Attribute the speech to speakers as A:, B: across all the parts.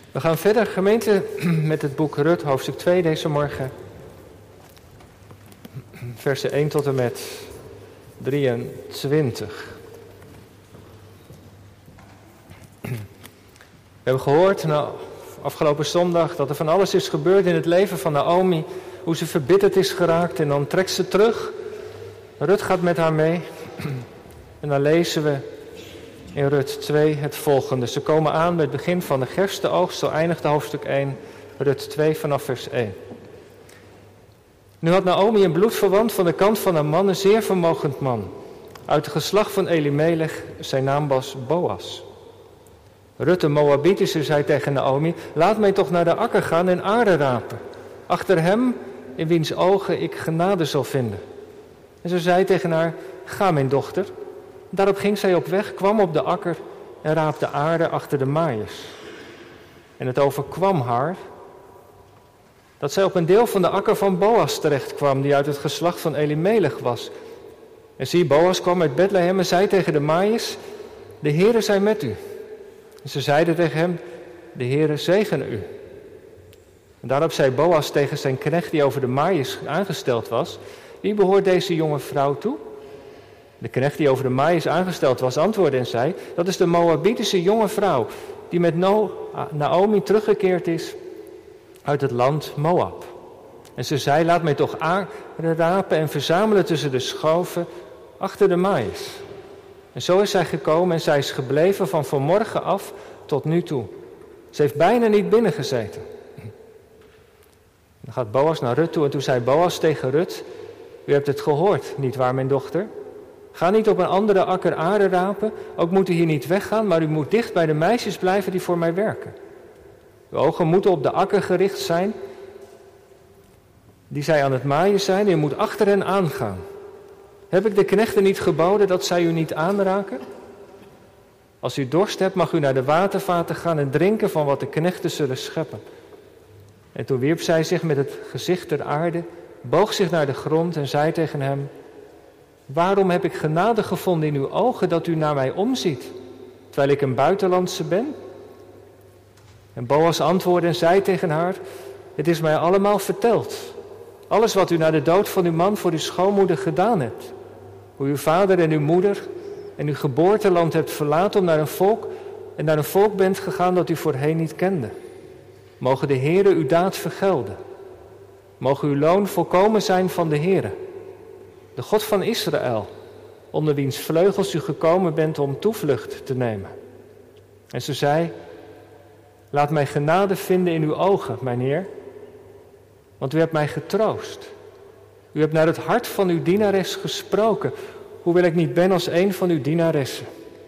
A: We gaan verder, gemeente, met het boek Rut, hoofdstuk 2 deze morgen. Versen 1 tot en met 23. We hebben gehoord, afgelopen zondag, dat er van alles is gebeurd in het leven van Naomi. Hoe ze verbitterd is geraakt en dan trekt ze terug. Rut gaat met haar mee. En dan lezen we in Rut 2 het volgende. Ze komen aan bij het begin van de gerstenoogst, zo eindigt hoofdstuk 1, Rut 2 vanaf vers 1. Nu had Naomi een bloedverwant van de kant van haar man, een zeer vermogend man. Uit het geslacht van Elimelech, zijn naam was Boas. Rut de Moabitische zei tegen Naomi, laat mij toch naar de akker gaan en aarde rapen. Achter hem, in wiens ogen ik genade zal vinden. En ze zei tegen haar, ga mijn dochter. Daarop ging zij op weg, kwam op de akker en raapte aarde achter de maaiers. En het overkwam haar dat zij op een deel van de akker van Boas terecht kwam, die uit het geslacht van Elimelech was. En zie, Boas kwam uit Bethlehem en zei tegen de maaiers, de Heere zij met u. En ze zeiden tegen hem, de Heere zegene u. En daarop zei Boas tegen zijn knecht die over de maaiers aangesteld was, wie behoort deze jonge vrouw toe? De knecht die over de maaiers aangesteld was, antwoordde en zei, dat is de Moabitische jonge vrouw, die met Naomi teruggekeerd is uit het land Moab. En ze zei, laat mij toch rapen en verzamelen tussen de schoven achter de maaiers. En zo is zij gekomen en zij is gebleven van vanmorgen af tot nu toe. Ze heeft bijna niet binnengezeten. Dan gaat Boas naar Rut toe en toen zei Boas tegen Rut, u hebt het gehoord, nietwaar mijn dochter? Ga niet op een andere akker aarde rapen, ook moet u hier niet weggaan, maar u moet dicht bij de meisjes blijven die voor mij werken. Uw ogen moeten op de akker gericht zijn, die zij aan het maaien zijn, en u moet achter hen aangaan. Heb ik de knechten niet geboden dat zij u niet aanraken? Als u dorst hebt, mag u naar de watervaten gaan en drinken van wat de knechten zullen scheppen. En toen wierp zij zich met het gezicht ter aarde, boog zich naar de grond en zei tegen hem, waarom heb ik genade gevonden in uw ogen dat u naar mij omziet, terwijl ik een buitenlandse ben? En Boas antwoordde en zei tegen haar, het is mij allemaal verteld. Alles wat u na de dood van uw man voor uw schoonmoeder gedaan hebt. Hoe uw vader en uw moeder en uw geboorteland hebt verlaten om naar een volk bent gegaan dat u voorheen niet kende. Mogen de Heere uw daad vergelden. Mogen uw loon volkomen zijn van de Heere. De God van Israël, onder wiens vleugels u gekomen bent om toevlucht te nemen. En ze zei, laat mij genade vinden in uw ogen, mijn Heer, want u hebt mij getroost. U hebt naar het hart van uw dienares gesproken, hoewel ik niet ben als een van uw dienaressen.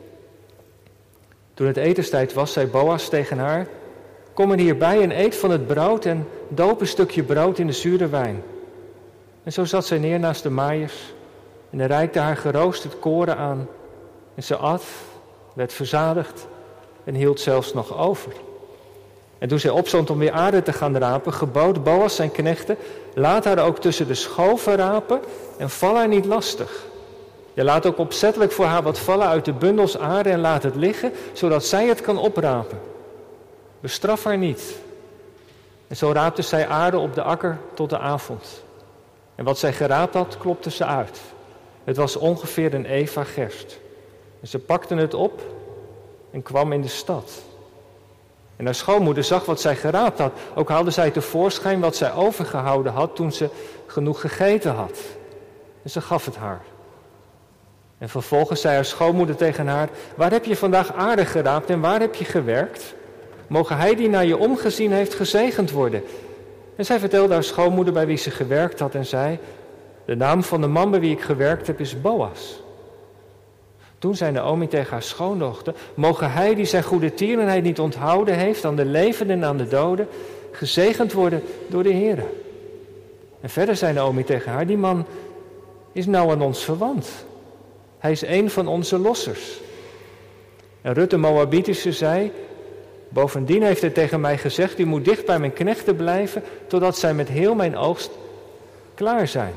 A: Toen het etenstijd was, zei Boas tegen haar, kom er hierbij en eet van het brood en doop een stukje brood in de zure wijn. En zo zat zij neer naast de maaiers en hij reikte haar geroosterd koren aan. En ze at, werd verzadigd en hield zelfs nog over. En toen zij opstond om weer aarde te gaan rapen, gebood Boas zijn knechten, laat haar ook tussen de schoven rapen en val haar niet lastig. Je laat ook opzettelijk voor haar wat vallen uit de bundels aarde en laat het liggen, zodat zij het kan oprapen. Bestraf haar niet. En zo raapte zij aarde op de akker tot de avond. En wat zij geraapt had, klopte ze uit. Het was ongeveer een eva gerst. En ze pakten het op en kwam in de stad. En haar schoonmoeder zag wat zij geraapt had. Ook haalde zij tevoorschijn wat zij overgehouden had toen ze genoeg gegeten had. En ze gaf het haar. En vervolgens zei haar schoonmoeder tegen haar, waar heb je vandaag aarde geraapt en waar heb je gewerkt? Mogen hij die naar je omgezien heeft gezegend worden. En zij vertelde haar schoonmoeder bij wie ze gewerkt had en zei, de naam van de man bij wie ik gewerkt heb is Boas. Toen zei Naomi tegen haar schoondochter, mogen hij die zijn goede tierenheid niet onthouden heeft aan de levenden en aan de doden, gezegend worden door de Heere. En verder zei Naomi tegen haar, die man is nou aan ons verwant. Hij is een van onze lossers. En Rut de Moabitische zei, bovendien heeft hij tegen mij gezegd, u moet dicht bij mijn knechten blijven, totdat zij met heel mijn oogst klaar zijn.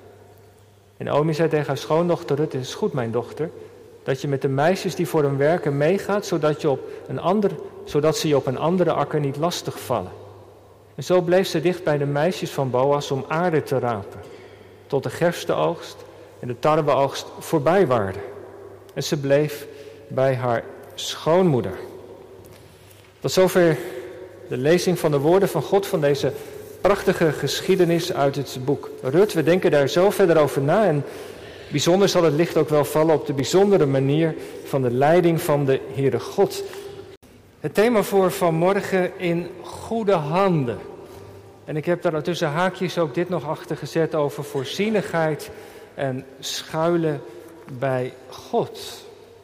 A: En Naomi zei tegen haar schoondochter Rut, het is goed mijn dochter, dat je met de meisjes die voor hem werken meegaat, zodat je op een ander zodat ze je op een andere akker niet lastig vallen. En zo bleef ze dicht bij de meisjes van Boas om aarde te rapen, tot de gerstenoogst en de tarweoogst voorbij waren. En ze bleef bij haar schoonmoeder. Tot zover de lezing van de woorden van God van deze prachtige geschiedenis uit het boek Rut. We denken daar zo verder over na en bijzonder zal het licht ook wel vallen op de bijzondere manier van de leiding van de Heere God. Het thema voor vanmorgen: in goede handen. En ik heb daar tussen haakjes ook dit nog achter gezet over voorzienigheid en schuilen bij God.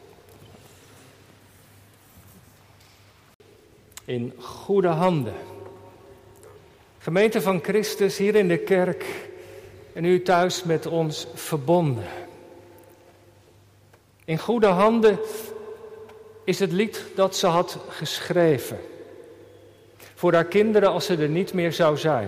A: In goede handen. Gemeente van Christus hier in de kerk en u thuis met ons verbonden. In goede handen is het lied dat ze had geschreven. Voor haar kinderen als ze er niet meer zou zijn.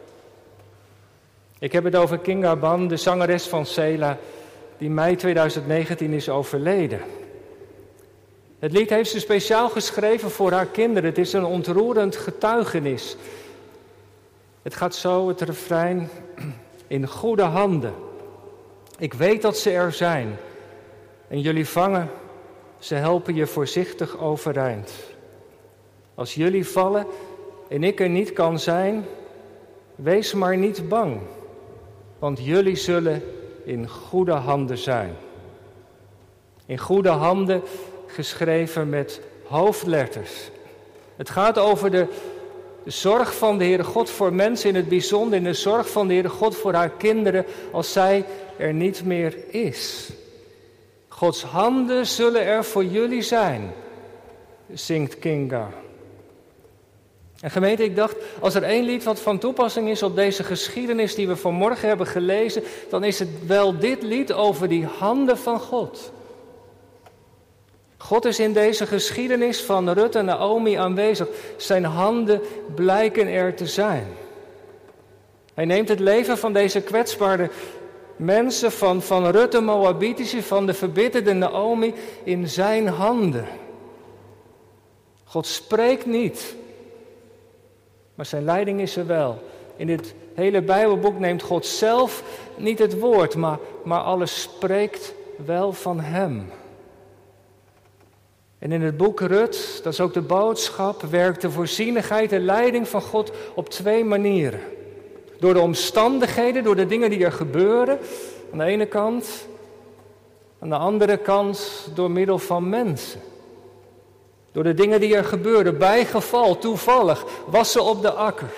A: Ik heb het over Kinga Ban, de zangeres van Sela, die mei 2019 is overleden. Het lied heeft ze speciaal geschreven voor haar kinderen. Het is een ontroerend getuigenis. Het gaat zo, het refrein: in goede handen. Ik weet dat ze er zijn. En jullie vangen, ze helpen je voorzichtig overeind. Als jullie vallen en ik er niet kan zijn, wees maar niet bang. Want jullie zullen in goede handen zijn. In goede handen, geschreven met hoofdletters. Het gaat over de zorg van de Heere God voor mensen in het bijzonder. In de zorg van de Heere God voor haar kinderen als zij er niet meer is. Gods handen zullen er voor jullie zijn, zingt Kinga. En gemeente, ik dacht, als er één lied wat van toepassing is op deze geschiedenis die we vanmorgen hebben gelezen, dan is het wel dit lied over die handen van God. God is in deze geschiedenis van Rut en Naomi aanwezig. Zijn handen blijken er te zijn. Hij neemt het leven van deze kwetsbare mensen, van Rut de Moabitische, van de verbitterde Naomi, in zijn handen. God spreekt niet, maar zijn leiding is er wel. In dit hele Bijbelboek neemt God zelf niet het woord, maar alles spreekt wel van hem. En in het boek Rut, dat is ook de boodschap, werkt de voorzienigheid en leiding van God op twee manieren. Door de omstandigheden, door de dingen die er gebeuren, aan de ene kant. Aan de andere kant door middel van mensen. Door de dingen die er gebeuren, bij geval, toevallig, wassen op de akker.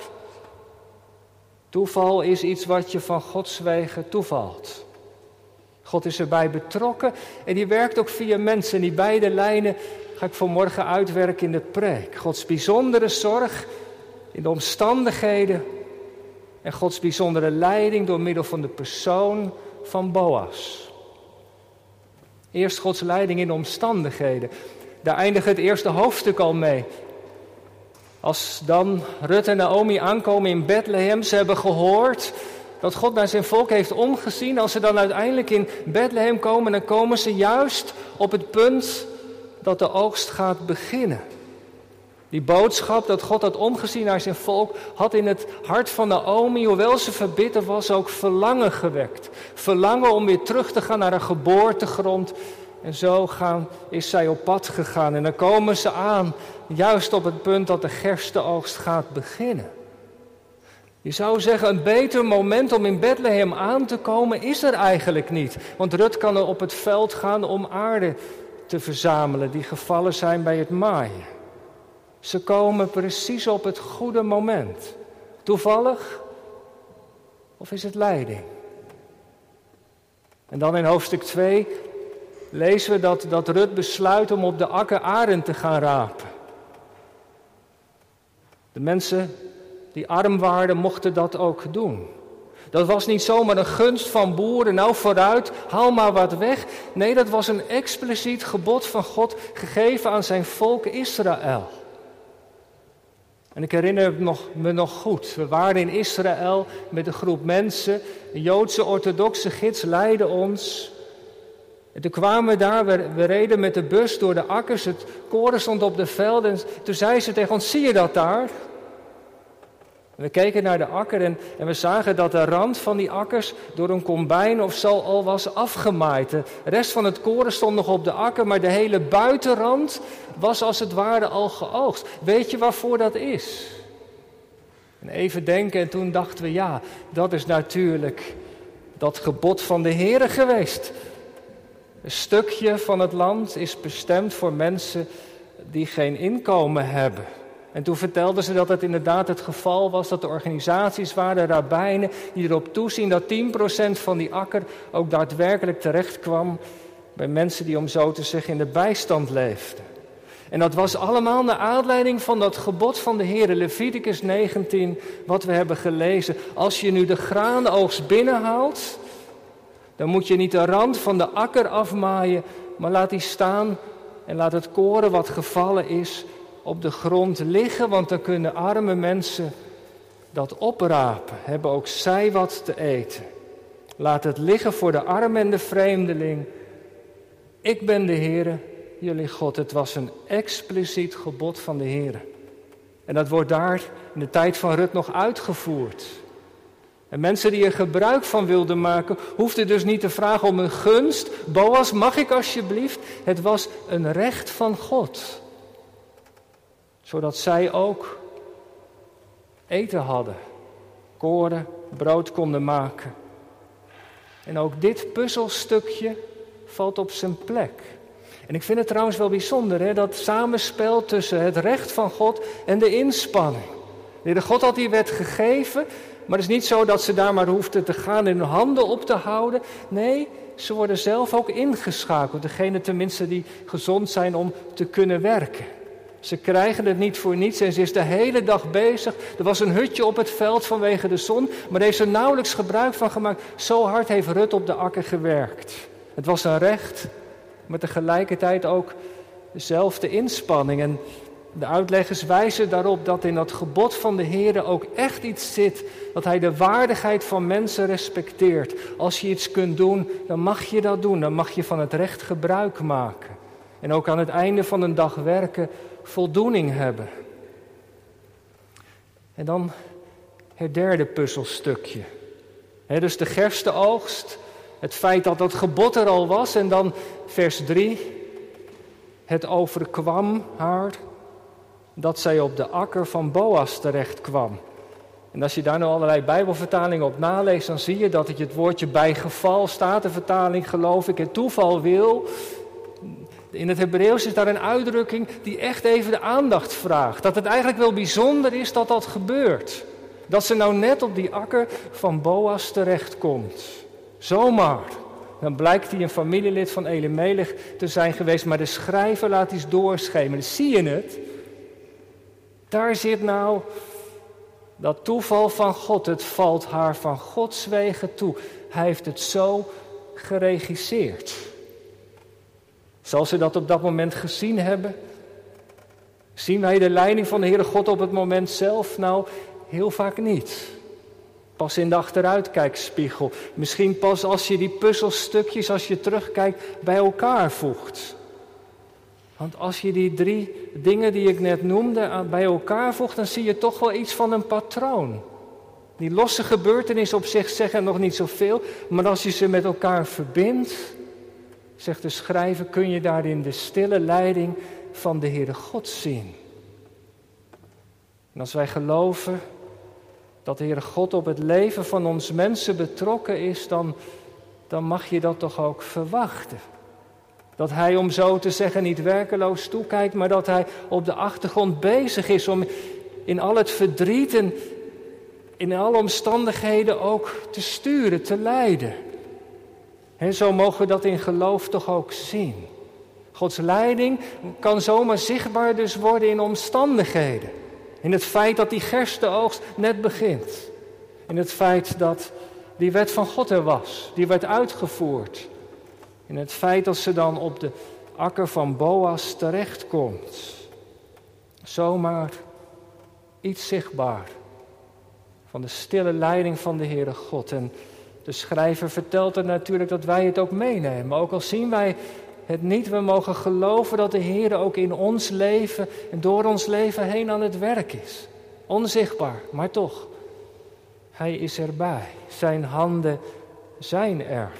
A: Toeval is iets wat je van Gods wegen toevalt. God is erbij betrokken en die werkt ook via mensen. En die beide lijnen ga ik vanmorgen uitwerken in de preek. Gods bijzondere zorg in de omstandigheden en Gods bijzondere leiding door middel van de persoon van Boas. Eerst Gods leiding in de omstandigheden. Daar eindigt het eerste hoofdstuk al mee. Als dan Rut en Naomi aankomen in Bethlehem, ze hebben gehoord dat God naar zijn volk heeft omgezien. Als ze dan uiteindelijk in Bethlehem komen, dan komen ze juist op het punt dat de oogst gaat beginnen. Die boodschap dat God had omgezien naar zijn volk, had in het hart van Naomi, hoewel ze verbitterd was, ook verlangen gewekt. Verlangen om weer terug te gaan naar haar geboortegrond. En zo is zij op pad gegaan. En dan komen ze aan, juist op het punt dat de gerstenoogst gaat beginnen. Je zou zeggen, een beter moment om in Bethlehem aan te komen is er eigenlijk niet. Want Rut kan er op het veld gaan om aarde te verzamelen die gevallen zijn bij het maaien. Ze komen precies op het goede moment. Toevallig? Of is het leiding? En dan in hoofdstuk 2 lezen we dat Rut besluit om op de akker aren te gaan rapen. De mensen die arm waren, mochten dat ook doen. Dat was niet zomaar een gunst van boeren, nou vooruit, haal maar wat weg. Nee, dat was een expliciet gebod van God gegeven aan zijn volk Israël. En ik herinner me nog goed, we waren in Israël met een groep mensen. De Joodse orthodoxe gids leidde ons. En toen kwamen we daar, we reden met de bus door de akkers, het koren stond op de velden. En toen zei ze tegen ons, zie je dat daar? En we keken naar de akker en we zagen dat de rand van die akkers door een kombijn of zo al was afgemaaid. De rest van het koren stond nog op de akker, maar de hele buitenrand was als het ware al geoogst. Weet je waarvoor dat is? En even denken en toen dachten we, ja, dat is natuurlijk dat gebod van de Heere geweest. Een stukje van het land is bestemd voor mensen die geen inkomen hebben. En toen vertelden ze dat het inderdaad het geval was, dat er organisaties waren, rabbijnen, die erop toezien dat 10% van die akker ook daadwerkelijk terecht kwam bij mensen die, om zo te zeggen, in de bijstand leefden. En dat was allemaal naar aanleiding van dat gebod van de Heer, Leviticus 19, wat we hebben gelezen. Als je nu de graanoogst binnenhaalt, dan moet je niet de rand van de akker afmaaien, maar laat die staan en laat het koren wat gevallen is op de grond liggen, want dan kunnen arme mensen dat oprapen, hebben ook zij wat te eten. Laat het liggen voor de arm en de vreemdeling. Ik ben de Heere, jullie God. Het was een expliciet gebod van de Heere. En dat wordt daar in de tijd van Rut nog uitgevoerd. En mensen die er gebruik van wilden maken, hoefden dus niet te vragen om een gunst. Boas, mag ik alsjeblieft? Het was een recht van God. Zodat zij ook eten hadden, koren, brood konden maken. En ook dit puzzelstukje valt op zijn plek. En ik vind het trouwens wel bijzonder, dat samenspel tussen het recht van God en de inspanning. De Heere God had die wet gegeven, maar het is niet zo dat ze daar maar hoefden te gaan en hun handen op te houden. Nee, ze worden zelf ook ingeschakeld. Degene tenminste die gezond zijn om te kunnen werken. Ze krijgen het niet voor niets en ze is de hele dag bezig. Er was een hutje op het veld vanwege de zon, maar daar heeft ze nauwelijks gebruik van gemaakt. Zo hard heeft Rut op de akker gewerkt. Het was een recht, maar tegelijkertijd ook dezelfde inspanning. En de uitleggers wijzen daarop dat in dat gebod van de Heere ook echt iets zit. Dat hij de waardigheid van mensen respecteert. Als je iets kunt doen, dan mag je dat doen. Dan mag je van het recht gebruik maken. En ook aan het einde van een dag werken voldoening hebben. En dan het derde puzzelstukje. Dus de gerstenoogst. Het feit dat dat gebod er al was. En dan vers 3. Het overkwam haar dat zij op de akker van Boas terecht kwam. En als je daar nou allerlei Bijbelvertalingen op naleest, dan zie je dat het woordje bij geval staat. De vertaling geloof ik, het toeval wil. In het Hebreeuws is daar een uitdrukking die echt even de aandacht vraagt. Dat het eigenlijk wel bijzonder is dat dat gebeurt. Dat ze nou net op die akker van Boas terechtkomt. Zomaar. Dan blijkt hij een familielid van Elimelech te zijn geweest, maar de schrijver laat iets doorschemeren. Zie je het? Daar zit nou dat toeval van God. Het valt haar van Gods wegen toe. Hij heeft het zo geregisseerd. Zal ze dat op dat moment gezien hebben? Zien wij de leiding van de Heere God op het moment zelf? Nou, heel vaak niet. Pas in de achteruitkijkspiegel. Misschien pas als je die puzzelstukjes, als je terugkijkt, bij elkaar voegt. Want als je die 3 dingen die ik net noemde bij elkaar voegt, dan zie je toch wel iets van een patroon. Die losse gebeurtenissen op zich zeggen nog niet zoveel, maar als je ze met elkaar verbindt, zegt de schrijver, kun je daarin de stille leiding van de Heere God zien. En als wij geloven dat de Heere God op het leven van ons mensen betrokken is, dan mag je dat toch ook verwachten. Dat hij, om zo te zeggen, niet werkeloos toekijkt, maar dat hij op de achtergrond bezig is om in al het verdriet en in alle omstandigheden ook te sturen, te leiden. En zo mogen we dat in geloof toch ook zien. Gods leiding kan zomaar zichtbaar dus worden in omstandigheden. In het feit dat die gerstenoogst net begint. In het feit dat die wet van God er was, die werd uitgevoerd. In het feit dat ze dan op de akker van Boas terechtkomt. Zomaar iets zichtbaar van de stille leiding van de Heere God. En De schrijver vertelt er natuurlijk dat wij het ook meenemen. Ook al zien wij het niet, we mogen geloven dat de Heer ook in ons leven en door ons leven heen aan het werk is. Onzichtbaar, maar toch. Hij is erbij. Zijn handen zijn er.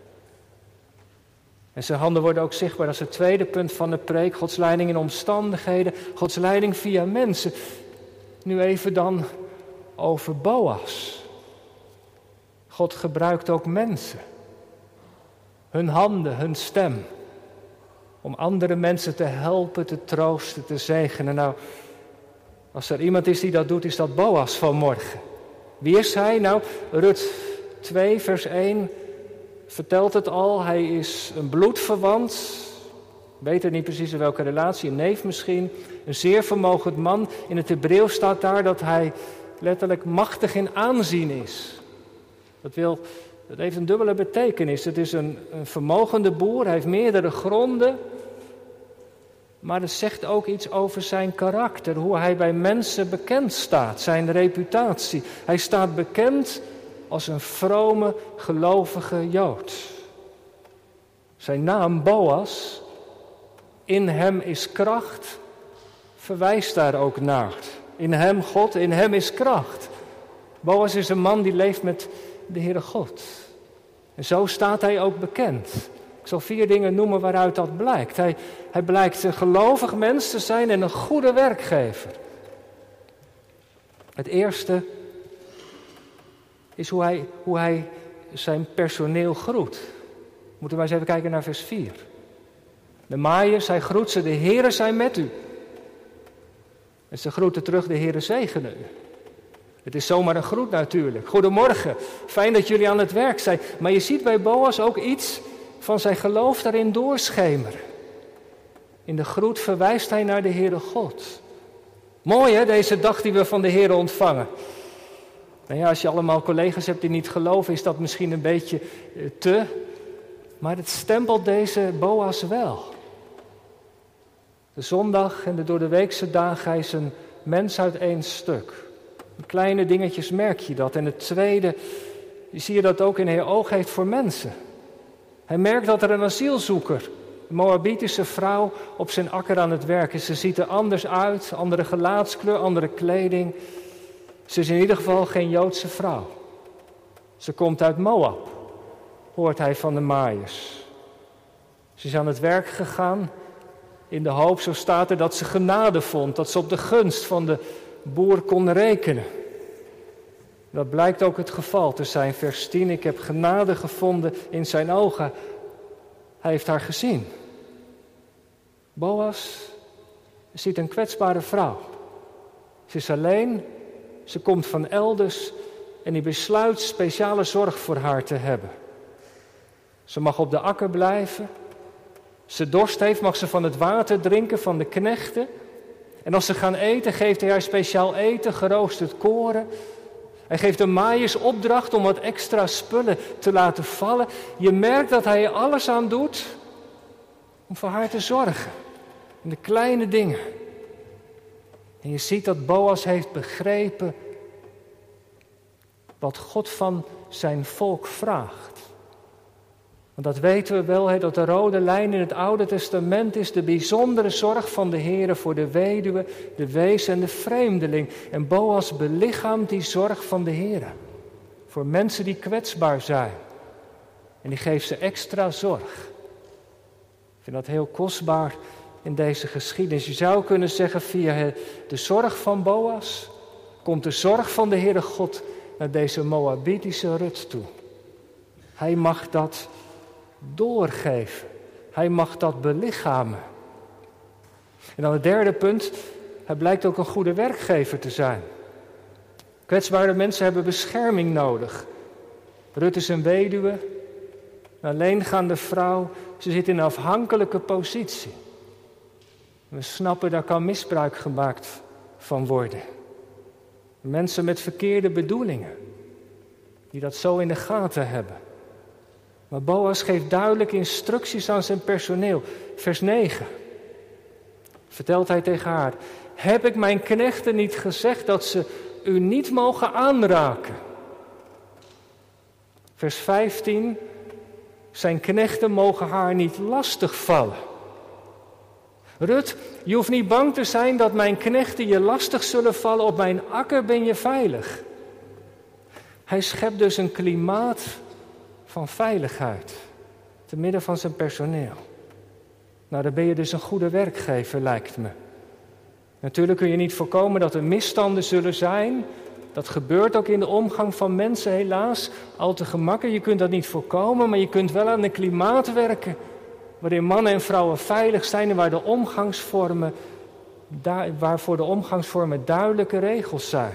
A: En zijn handen worden ook zichtbaar. Dat is het tweede punt van de preek. Gods leiding in omstandigheden. Gods leiding via mensen. Nu even dan over Boas. God gebruikt ook mensen. Hun handen, hun stem. Om andere mensen te helpen, te troosten, te zegenen. Nou, als er iemand is die dat doet, is dat Boas vanmorgen. Wie is hij? Nou, Rut 2 vers 1 vertelt het al. Hij is een bloedverwant. Weet niet precies in welke relatie, een neef misschien. Een zeer vermogend man. In het Hebreeuws staat daar dat hij letterlijk machtig in aanzien is. Dat heeft een dubbele betekenis. Het is een vermogende boer, hij heeft meerdere gronden. Maar het zegt ook iets over zijn karakter, hoe hij bij mensen bekend staat, zijn reputatie. Hij staat bekend als een vrome, gelovige Jood. Zijn naam Boas, in hem is kracht, verwijst daar ook naar. In hem God, in hem is kracht. Boas is een man die leeft met de Heere God. En zo staat hij ook bekend. Ik zal 4 dingen noemen waaruit dat blijkt. Hij blijkt een gelovig mens te zijn en een goede werkgever. Het eerste is hoe hij zijn personeel groet. Moeten we maar eens even kijken naar vers 4. De maaiers, hij groet ze, de Heere zij met u. En ze groeten terug, de Heere zegene u. Het is zomaar een groet natuurlijk. Goedemorgen, fijn dat jullie aan het werk zijn. Maar je ziet bij Boas ook iets van zijn geloof daarin doorschemeren. In de groet verwijst hij naar de Heere God. Mooi hè, deze dag die we van de Heere ontvangen. Nou ja, als je allemaal collega's hebt die niet geloven, is dat misschien een beetje te. Maar het stempelt deze Boas wel. De zondag en de doordeweekse dagen, hij is een mens uit één stuk. In kleine dingetjes merk je dat. En het tweede, zie je dat ook in Heer oog heeft voor mensen. Hij merkt dat er een asielzoeker, een Moabitische vrouw, op zijn akker aan het werk is. Ze ziet er anders uit, andere gelaatskleur, andere kleding. Ze is in ieder geval geen Joodse vrouw. Ze komt uit Moab, hoort hij van de maaiers. Ze is aan het werk gegaan in de hoop, zo staat er, dat ze genade vond. Dat ze op de gunst van de boer kon rekenen. Dat blijkt ook het geval te zijn. Vers 10, ik heb genade gevonden in zijn ogen. Hij heeft haar gezien. Boas ziet een kwetsbare vrouw. Ze is alleen, ze komt van elders en hij besluit speciale zorg voor haar te hebben. Ze mag op de akker blijven. Als ze dorst heeft, mag ze van het water drinken van de knechten. En als ze gaan eten, geeft hij haar speciaal eten, geroosterd koren. Hij geeft de maaiers opdracht om wat extra spullen te laten vallen. Je merkt dat hij er alles aan doet om voor haar te zorgen. In de kleine dingen. En je ziet dat Boas heeft begrepen wat God van zijn volk vraagt. Want dat weten we wel, dat de rode lijn in het Oude Testament is de bijzondere zorg van de Heere voor de weduwe, de wees en de vreemdeling. En Boas belichaamt die zorg van de Heere. Voor mensen die kwetsbaar zijn. En die geeft ze extra zorg. Ik vind dat heel kostbaar in deze geschiedenis. Je zou kunnen zeggen, via de zorg van Boas komt de zorg van de Heere God naar deze Moabitische Rut toe. Hij mag dat doorgeven. Hij mag dat belichamen. En dan het derde punt. Hij blijkt ook een goede werkgever te zijn. Kwetsbare mensen hebben bescherming nodig. Rut is een weduwe. Een alleengaande vrouw. Ze zit in een afhankelijke positie. We snappen, daar kan misbruik gemaakt van worden. Mensen met verkeerde bedoelingen. Die dat zo in de gaten hebben. Maar Boas geeft duidelijk instructies aan zijn personeel. Vers 9. Vertelt hij tegen haar. Heb ik mijn knechten niet gezegd dat ze u niet mogen aanraken? Vers 15. Zijn knechten mogen haar niet lastig vallen. Rut, je hoeft niet bang te zijn dat mijn knechten je lastig zullen vallen. Op mijn akker ben je veilig. Hij schept dus een klimaat van veiligheid te midden van zijn personeel. Nou, dan ben je dus een goede werkgever, lijkt me. Natuurlijk kun je niet voorkomen dat er misstanden zullen zijn. Dat gebeurt ook in de omgang van mensen helaas, al te gemakkelijk. Je kunt dat niet voorkomen, maar je kunt wel aan een klimaat werken waarin mannen en vrouwen veilig zijn en waarvoor de omgangsvormen duidelijke regels zijn.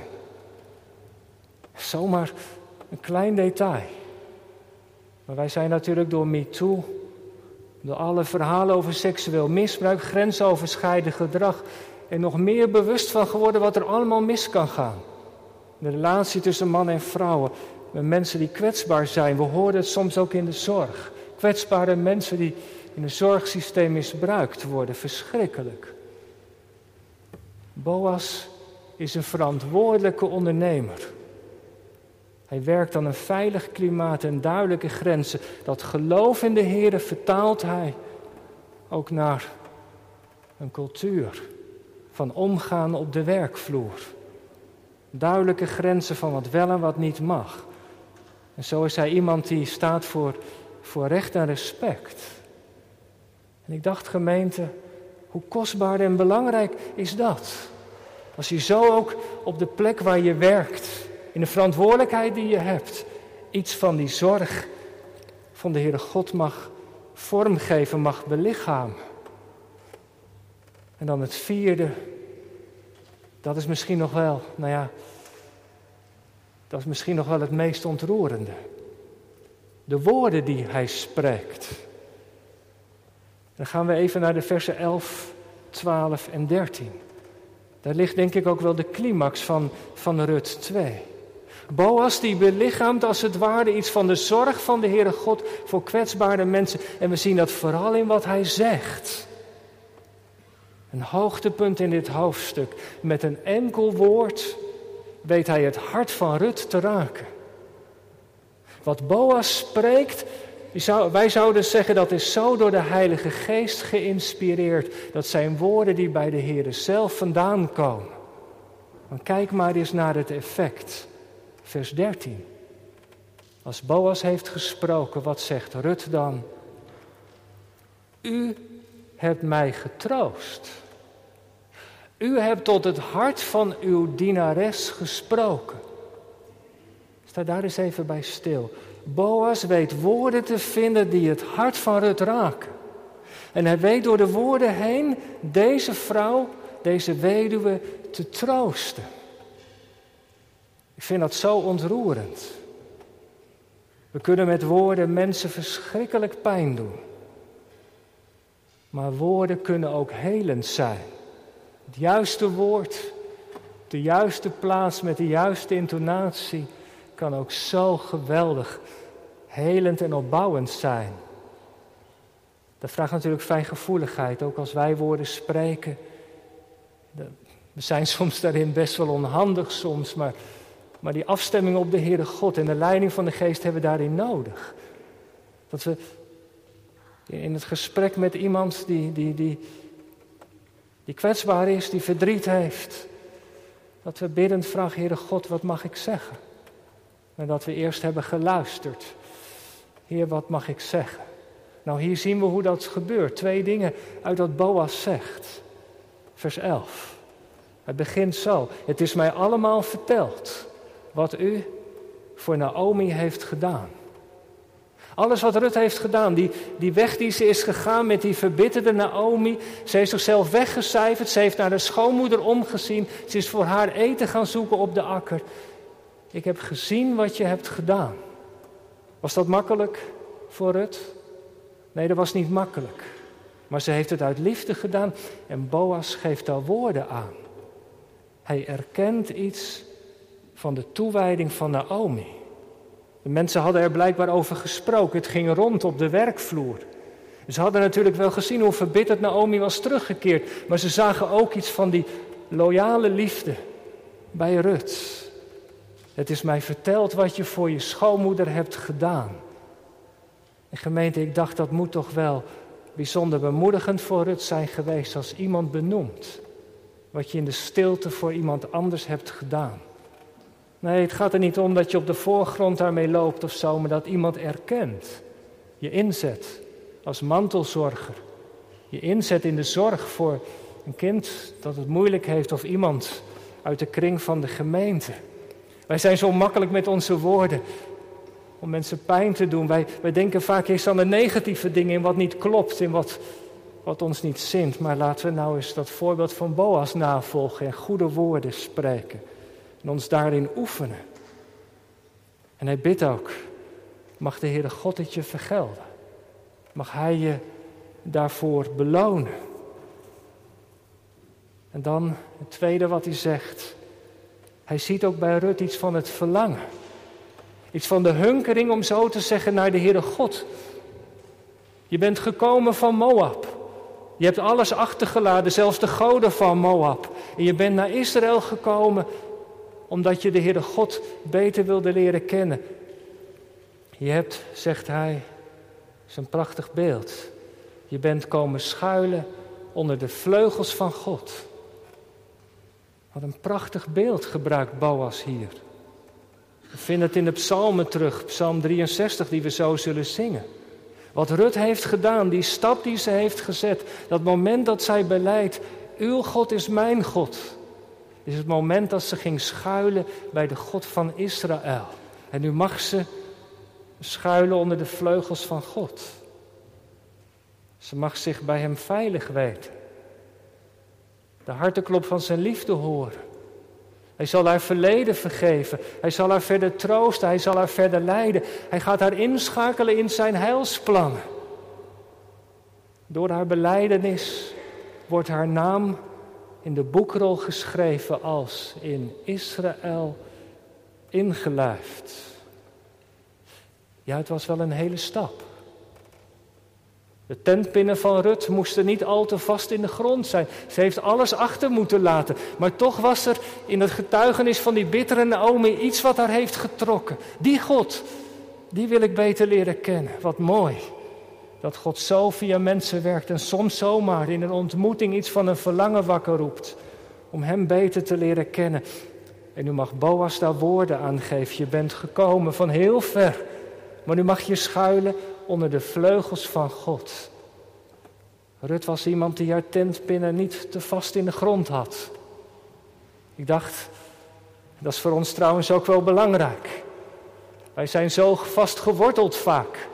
A: Zomaar een klein detail. Maar wij zijn natuurlijk door MeToo, door alle verhalen over seksueel misbruik, grensoverschrijdend gedrag en nog meer bewust van geworden wat er allemaal mis kan gaan. De relatie tussen man en vrouwen, met mensen die kwetsbaar zijn. We horen het soms ook in de zorg. Kwetsbare mensen die in het zorgsysteem misbruikt worden, verschrikkelijk. Boas is een verantwoordelijke ondernemer. Hij werkt aan een veilig klimaat en duidelijke grenzen. Dat geloof in de Heere vertaalt hij ook naar een cultuur van omgaan op de werkvloer. Duidelijke grenzen van wat wel en wat niet mag. En zo is hij iemand die staat voor recht en respect. En ik dacht, gemeente, hoe kostbaar en belangrijk is dat? Als je zo ook op de plek waar je werkt, in de verantwoordelijkheid die je hebt, iets van die zorg van de Heere God mag vormgeven, mag belichamen. En dan het vierde, dat is misschien nog wel, dat is misschien nog wel het meest ontroerende. De woorden die hij spreekt. Dan gaan we even naar de versen 11, 12 en 13. Daar ligt denk ik ook wel de climax van Rut 2. Boas die belichaamt als het ware iets van de zorg van de Heere God voor kwetsbare mensen. En we zien dat vooral in wat hij zegt. Een hoogtepunt in dit hoofdstuk. Met een enkel woord weet hij het hart van Rut te raken. Wat Boas spreekt, wij zouden zeggen dat is zo door de Heilige Geest geïnspireerd. Dat zijn woorden die bij de Heere zelf vandaan komen. Dan kijk maar eens naar het effect. Vers 13. Als Boas heeft gesproken, wat zegt Rut dan? U hebt mij getroost. U hebt tot het hart van uw dienares gesproken. Sta daar eens even bij stil. Boas weet woorden te vinden die het hart van Rut raken. En hij weet door de woorden heen deze vrouw, deze weduwe, te troosten. Ik vind dat zo ontroerend. We kunnen met woorden mensen verschrikkelijk pijn doen. Maar woorden kunnen ook helend zijn. Het juiste woord, de juiste plaats met de juiste intonatie kan ook zo geweldig helend en opbouwend zijn. Dat vraagt natuurlijk fijngevoeligheid, ook als wij woorden spreken. We zijn soms daarin best wel onhandig soms, maar die afstemming op de Heere God en de leiding van de Geest hebben we daarin nodig. Dat we in het gesprek met iemand die kwetsbaar is, die verdriet heeft, dat we biddend vragen, Heere God, wat mag ik zeggen? En dat we eerst hebben geluisterd. Heer, wat mag ik zeggen? Nou, hier zien we hoe dat gebeurt. 2 dingen uit wat Boas zegt. Vers 11. Het begint zo. Het is mij allemaal verteld wat u voor Naomi heeft gedaan. Alles wat Rut heeft gedaan, die weg die ze is gegaan met die verbitterde Naomi. Ze heeft zichzelf weggecijferd, ze heeft naar de schoonmoeder omgezien. Ze is voor haar eten gaan zoeken op de akker. Ik heb gezien wat je hebt gedaan. Was dat makkelijk voor Rut? Nee, dat was niet makkelijk. Maar ze heeft het uit liefde gedaan en Boas geeft daar woorden aan. Hij erkent iets van de toewijding van Naomi. De mensen hadden er blijkbaar over gesproken. Het ging rond op de werkvloer. Ze hadden natuurlijk wel gezien hoe verbitterd Naomi was teruggekeerd. Maar ze zagen ook iets van die loyale liefde bij Rut. Het is mij verteld wat je voor je schoonmoeder hebt gedaan. En gemeente, ik dacht dat moet toch wel bijzonder bemoedigend voor Rut zijn geweest als iemand benoemt wat je in de stilte voor iemand anders hebt gedaan. Nee, het gaat er niet om dat je op de voorgrond daarmee loopt of zo, maar dat iemand erkent. Je inzet als mantelzorger. Je inzet in de zorg voor een kind dat het moeilijk heeft of iemand uit de kring van de gemeente. Wij zijn zo makkelijk met onze woorden om mensen pijn te doen. Wij denken vaak eerst aan de negatieve dingen, in wat niet klopt, in wat ons niet zint. Maar laten we nou eens dat voorbeeld van Boas navolgen en goede woorden spreken. En ons daarin oefenen. En hij bidt ook, mag de Heere God het je vergelden. Mag hij je daarvoor belonen. En dan het tweede wat hij zegt. Hij ziet ook bij Rut iets van het verlangen. Iets van de hunkering, om zo te zeggen, naar de Heere God. Je bent gekomen van Moab. Je hebt alles achtergelaten, zelfs de goden van Moab. En je bent naar Israël gekomen omdat je de Heere God beter wilde leren kennen. Je hebt, zegt hij, is een prachtig beeld. Je bent komen schuilen onder de vleugels van God. Wat een prachtig beeld gebruikt Boas hier. We vinden het in de psalmen terug, psalm 63 die we zo zullen zingen. Wat Rut heeft gedaan, die stap die ze heeft gezet, dat moment dat zij belijdt, uw God is mijn God. Is het moment dat ze ging schuilen bij de God van Israël. En nu mag ze schuilen onder de vleugels van God. Ze mag zich bij hem veilig weten. De harteklop van zijn liefde horen. Hij zal haar verleden vergeven. Hij zal haar verder troosten. Hij zal haar verder leiden. Hij gaat haar inschakelen in zijn heilsplannen. Door haar belijdenis wordt haar naam in de boekrol geschreven als in Israël ingelijfd. Ja, het was wel een hele stap. De tentpinnen van Rut moesten niet al te vast in de grond zijn. Ze heeft alles achter moeten laten. Maar toch was er in het getuigenis van die bittere Naomi iets wat haar heeft getrokken. Die God, die wil ik beter leren kennen. Wat mooi. Dat God zo via mensen werkt en soms zomaar in een ontmoeting iets van een verlangen wakker roept. Om hem beter te leren kennen. En nu mag Boas daar woorden aan geven. Je bent gekomen van heel ver. Maar nu mag je schuilen onder de vleugels van God. Rut was iemand die haar tentpinnen niet te vast in de grond had. Ik dacht, dat is voor ons trouwens ook wel belangrijk. Wij zijn zo vast geworteld vaak.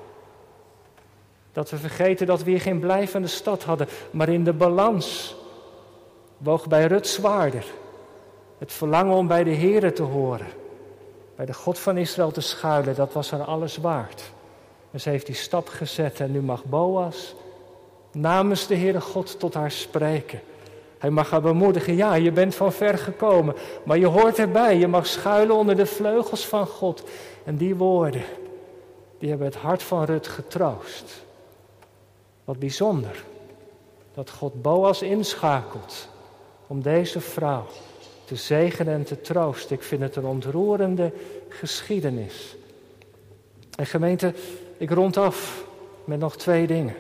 A: Dat we vergeten dat we hier geen blijvende stad hadden. Maar in de balans woog bij Rut zwaarder. Het verlangen om bij de Heere te horen. Bij de God van Israël te schuilen, dat was haar alles waard. En ze heeft die stap gezet en nu mag Boas namens de Heere God tot haar spreken. Hij mag haar bemoedigen, ja, je bent van ver gekomen, maar je hoort erbij. Je mag schuilen onder de vleugels van God. En die woorden, die hebben het hart van Rut getroost. Wat bijzonder, dat God Boas inschakelt om deze vrouw te zegenen en te troosten. Ik vind het een ontroerende geschiedenis. En gemeente, ik rond af met nog 2 dingen.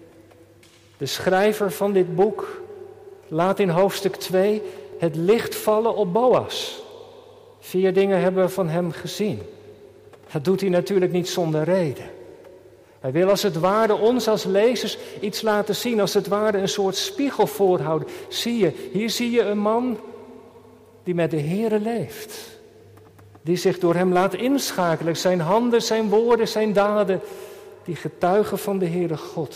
A: De schrijver van dit boek laat in hoofdstuk 2 het licht vallen op Boas. 4 dingen hebben we van hem gezien. Dat doet hij natuurlijk niet zonder reden. Hij wil als het ware ons als lezers iets laten zien, als het ware een soort spiegel voorhouden. Hier zie je een man die met de Heere leeft. Die zich door hem laat inschakelen. Zijn handen, zijn woorden, zijn daden, die getuigen van de Heere God.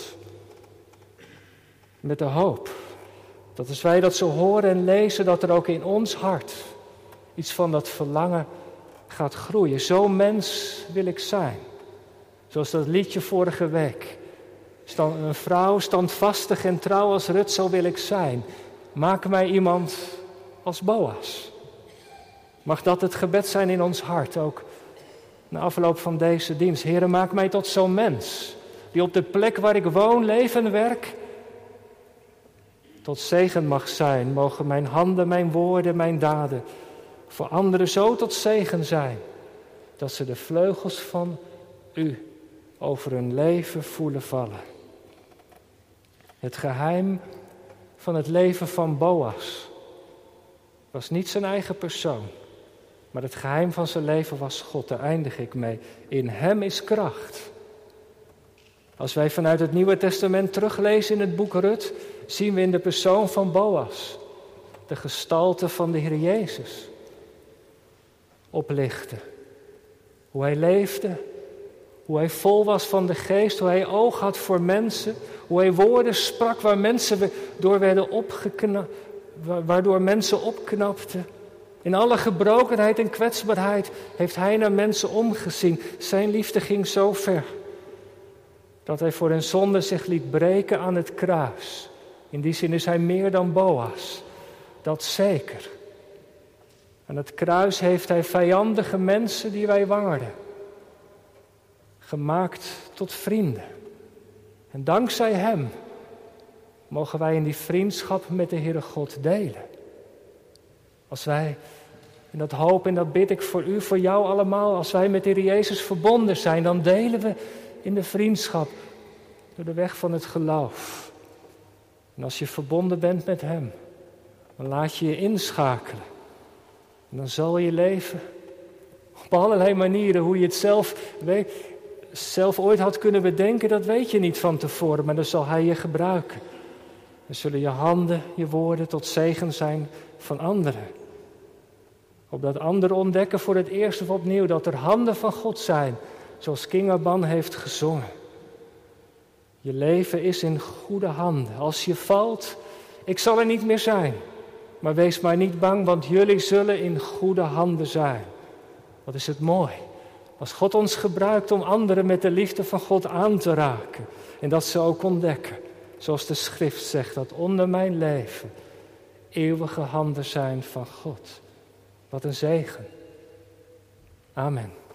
A: Met de hoop dat als wij dat zo horen en lezen, dat er ook in ons hart iets van dat verlangen gaat groeien. Zo'n mens wil ik zijn. Zoals dat liedje vorige week. Een vrouw standvastig en trouw als Rut, zo wil ik zijn. Maak mij iemand als Boas. Mag dat het gebed zijn in ons hart, ook na afloop van deze dienst. Heere, maak mij tot zo'n mens, die op de plek waar ik woon, leef en werk, tot zegen mag zijn. Mogen mijn handen, mijn woorden, mijn daden voor anderen zo tot zegen zijn, dat ze de vleugels van u over hun leven voelen vallen. Het geheim van het leven van Boas was niet zijn eigen persoon, maar het geheim van zijn leven was God. Daar eindig ik mee. In hem is kracht. Als wij vanuit het Nieuwe Testament teruglezen in het boek Rut, zien we in de persoon van Boas de gestalte van de Heer Jezus oplichten. Hoe hij leefde, hoe hij vol was van de geest, hoe hij oog had voor mensen, hoe hij woorden sprak waar mensen door werden waardoor mensen opknapten. In alle gebrokenheid en kwetsbaarheid heeft hij naar mensen omgezien. Zijn liefde ging zo ver dat hij voor hun zonde zich liet breken aan het kruis. In die zin is hij meer dan Boas, dat zeker. Aan het kruis heeft hij vijandige mensen die wij wangerden gemaakt tot vrienden. En dankzij hem mogen wij in die vriendschap met de Heere God delen. Als wij, en dat hoop en dat bid ik voor u, voor jou allemaal, als wij met de Heer Jezus verbonden zijn, dan delen we in de vriendschap door de weg van het geloof. En als je verbonden bent met hem, dan laat je je inschakelen. En dan zal je leven op allerlei manieren, hoe je het zelf ooit had kunnen bedenken, dat weet je niet van tevoren, maar dan zal hij je gebruiken. Dan zullen je handen, je woorden tot zegen zijn van anderen. Opdat anderen ontdekken voor het eerst of opnieuw dat er handen van God zijn, zoals King Aban heeft gezongen. Je leven is in goede handen. Als je valt, ik zal er niet meer zijn. Maar wees maar niet bang, want jullie zullen in goede handen zijn. Wat is het mooi. Als God ons gebruikt om anderen met de liefde van God aan te raken. En dat ze ook ontdekken. Zoals de schrift zegt, dat onder mijn leven eeuwige handen zijn van God. Wat een zegen. Amen.